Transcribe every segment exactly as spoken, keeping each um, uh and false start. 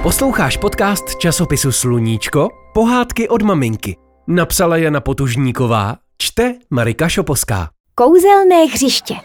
Posloucháš podcast časopisu Sluníčko? Pohádky od maminky. Napsala Jana Potužníková, čte Marika Šoposká. Kouzelné hřiště.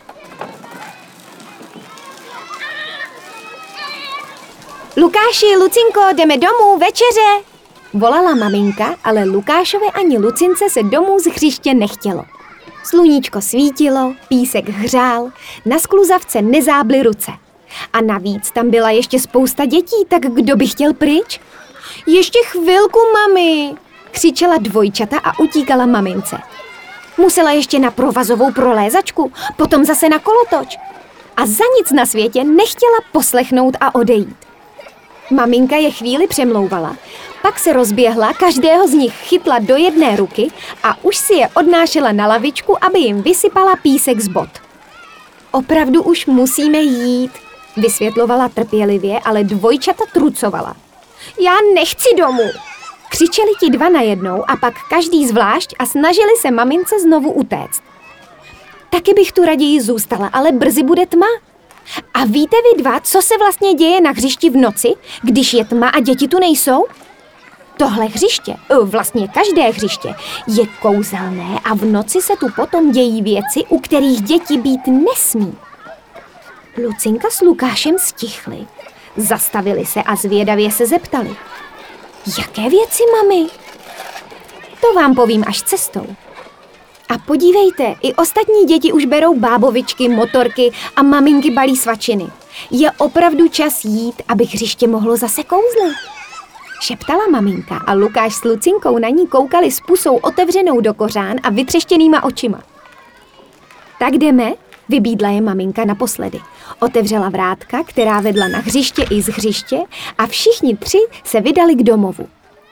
Lukáši, Lucinko, jdeme domů, večeře! Volala maminka, ale Lukášovi ani Lucince se domů z hřiště nechtělo. Sluníčko svítilo, písek hřál, na skluzavce nezábly ruce. A navíc tam byla ještě spousta dětí, tak kdo by chtěl pryč? Ještě chvilku, mami, křičela dvojčata a utíkala mamince. Musela ještě na provazovou prolézačku, potom zase na kolotoč. A za nic na světě nechtěla poslechnout a odejít. Maminka je chvíli přemlouvala, pak se rozběhla, každého z nich chytla do jedné ruky a už si je odnášela na lavičku, aby jim vysypala písek z bot. Opravdu už musíme jít, vysvětlovala trpělivě, ale dvojčata trucovala. Já nechci domů, křičeli ti dva najednou a pak každý zvlášť a snažili se mamince znovu utéct. Taky bych tu raději zůstala, ale brzy bude tma. A víte vy dva, co se vlastně děje na hřišti v noci, když je tma a děti tu nejsou? Tohle hřiště, vlastně každé hřiště, je kouzelné a v noci se tu potom dějí věci, u kterých děti být nesmí. Lucinka s Lukášem stichli, zastavili se a zvědavě se zeptali. Jaké věci, mami? To vám povím až cestou. A podívejte, i ostatní děti už berou bábovičky, motorky a maminky balí svačiny. Je opravdu čas jít, aby hřiště mohlo zase kouzlit. Šeptala maminka a Lukáš s Lucinkou na ní koukali s pusou otevřenou do kořán a vytřeštěnýma očima. Tak jdeme, vybídla je maminka naposledy. Otevřela vrátka, která vedla na hřiště i z hřiště a všichni tři se vydali k domovu.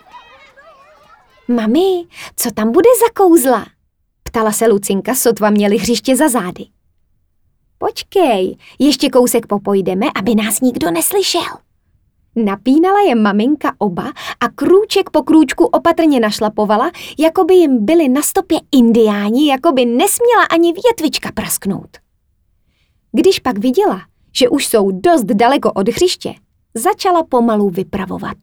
Mami, co tam bude za kouzla? Ptala se Lucinka, sotva měli hřiště za zády. Počkej, ještě kousek popojdeme, aby nás nikdo neslyšel. Napínala je maminka oba a krůček po krůčku opatrně našlapovala, jako by jim byli na stopě indiáni, jako by nesměla ani větvička prasknout. Když pak viděla, že už jsou dost daleko od hřiště, začala pomalu vypravovat.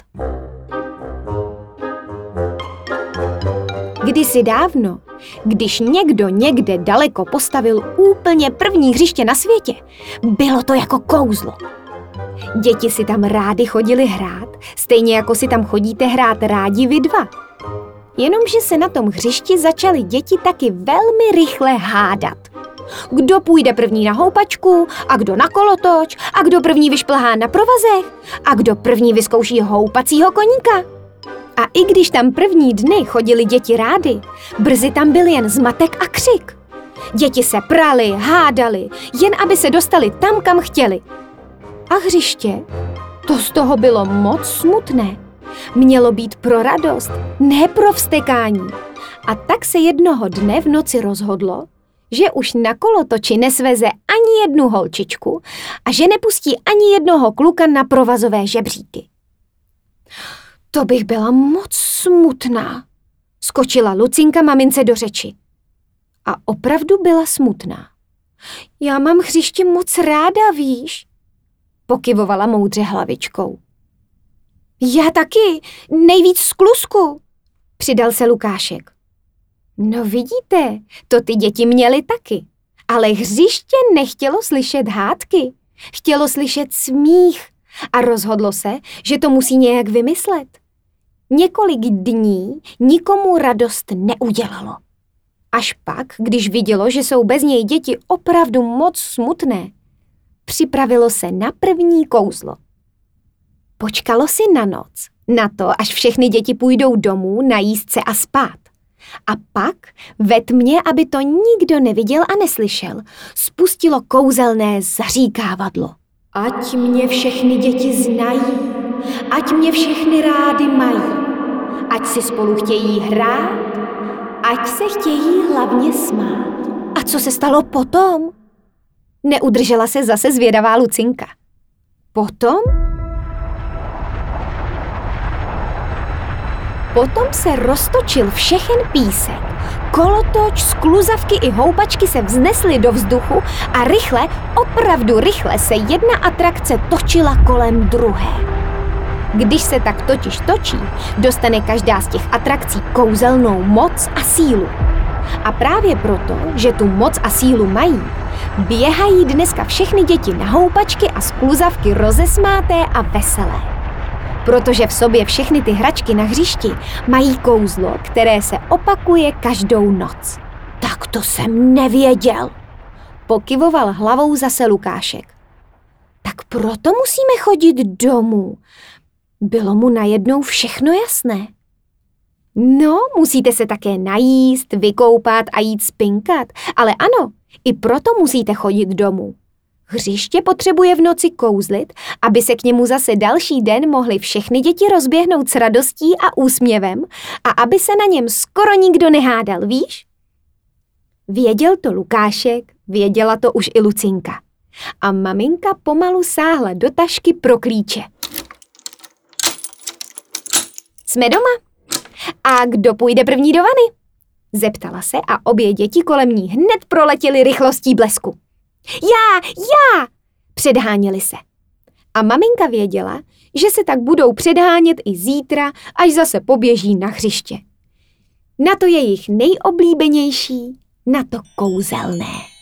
Kdysi dávno, když někdo někde daleko postavil úplně první hřiště na světě, bylo to jako kouzlo. Děti si tam rády chodili hrát, stejně jako si tam chodíte hrát rádi vy dva. Jenomže se na tom hřišti začaly děti taky velmi rychle hádat. Kdo půjde první na houpačku, a kdo na kolotoč, a kdo první vyšplhá na provazech, a kdo první vyzkouší houpacího koníka. A i když tam první dny chodili děti rády, brzy tam byl jen zmatek a křik. Děti se prali, hádali, jen aby se dostali tam, kam chtěli. A hřiště, to z toho bylo moc smutné. Mělo být pro radost, ne pro vztekání. A tak se jednoho dne v noci rozhodlo, že už na kolotoči nesveze ani jednu holčičku a že nepustí ani jednoho kluka na provazové žebříky. To bych byla moc smutná, skočila Lucinka mamince do řeči. A opravdu byla smutná. Já mám hřiště moc ráda, víš, pokyvovala moudře hlavičkou. Já taky, nejvíc z klusku, přidal se Lukášek. No vidíte, to ty děti měly taky, ale hřiště nechtělo slyšet hádky, chtělo slyšet smích a rozhodlo se, že to musí nějak vymyslet. Několik dní nikomu radost neudělalo. Až pak, když vidělo, že jsou bez něj děti opravdu moc smutné, připravilo se na první kouzlo. Počkalo si na noc, na to, až všechny děti půjdou domů najíst se a spát. A pak, ve tmě, aby to nikdo neviděl a neslyšel, spustilo kouzelné zaříkávadlo. Ať mě všechny děti znají, ať mě všechny rády mají, ať si spolu chtějí hrát, ať se chtějí hlavně smát. A co se stalo potom? Neudržela se zase zvědavá Lucinka. Potom? Potom se roztočil všechen písek. Kolotoč, skluzavky i houpačky se vznesly do vzduchu a rychle, opravdu rychle se jedna atrakce točila kolem druhé. Když se tak totiž točí, dostane každá z těch atrakcí kouzelnou moc a sílu. A právě proto, že tu moc a sílu mají, běhají dneska všechny děti na houpačky a skluzavky rozesmáté a veselé. Protože v sobě všechny ty hračky na hřišti mají kouzlo, které se opakuje každou noc. Tak to jsem nevěděl. Pokyvoval hlavou zase Lukášek. Tak proto musíme chodit domů. Bylo mu najednou všechno jasné. No, musíte se také najíst, vykoupat a jít spinkat, ale ano, i proto musíte chodit domů. Hřiště potřebuje v noci kouzlit, aby se k němu zase další den mohly všechny děti rozběhnout s radostí a úsměvem a aby se na něm skoro nikdo nehádal, víš? Věděl to Lukášek, věděla to už i Lucinka. A maminka pomalu sáhla do tašky pro klíče. Jsme doma? A kdo půjde první do vany? Zeptala se a obě děti kolem ní hned proletěly rychlostí blesku. Já, já! Předháněli se. A maminka věděla, že se tak budou předhánět i zítra, až zase poběží na hřiště. Na to jejich nejoblíbenější, na to kouzelné.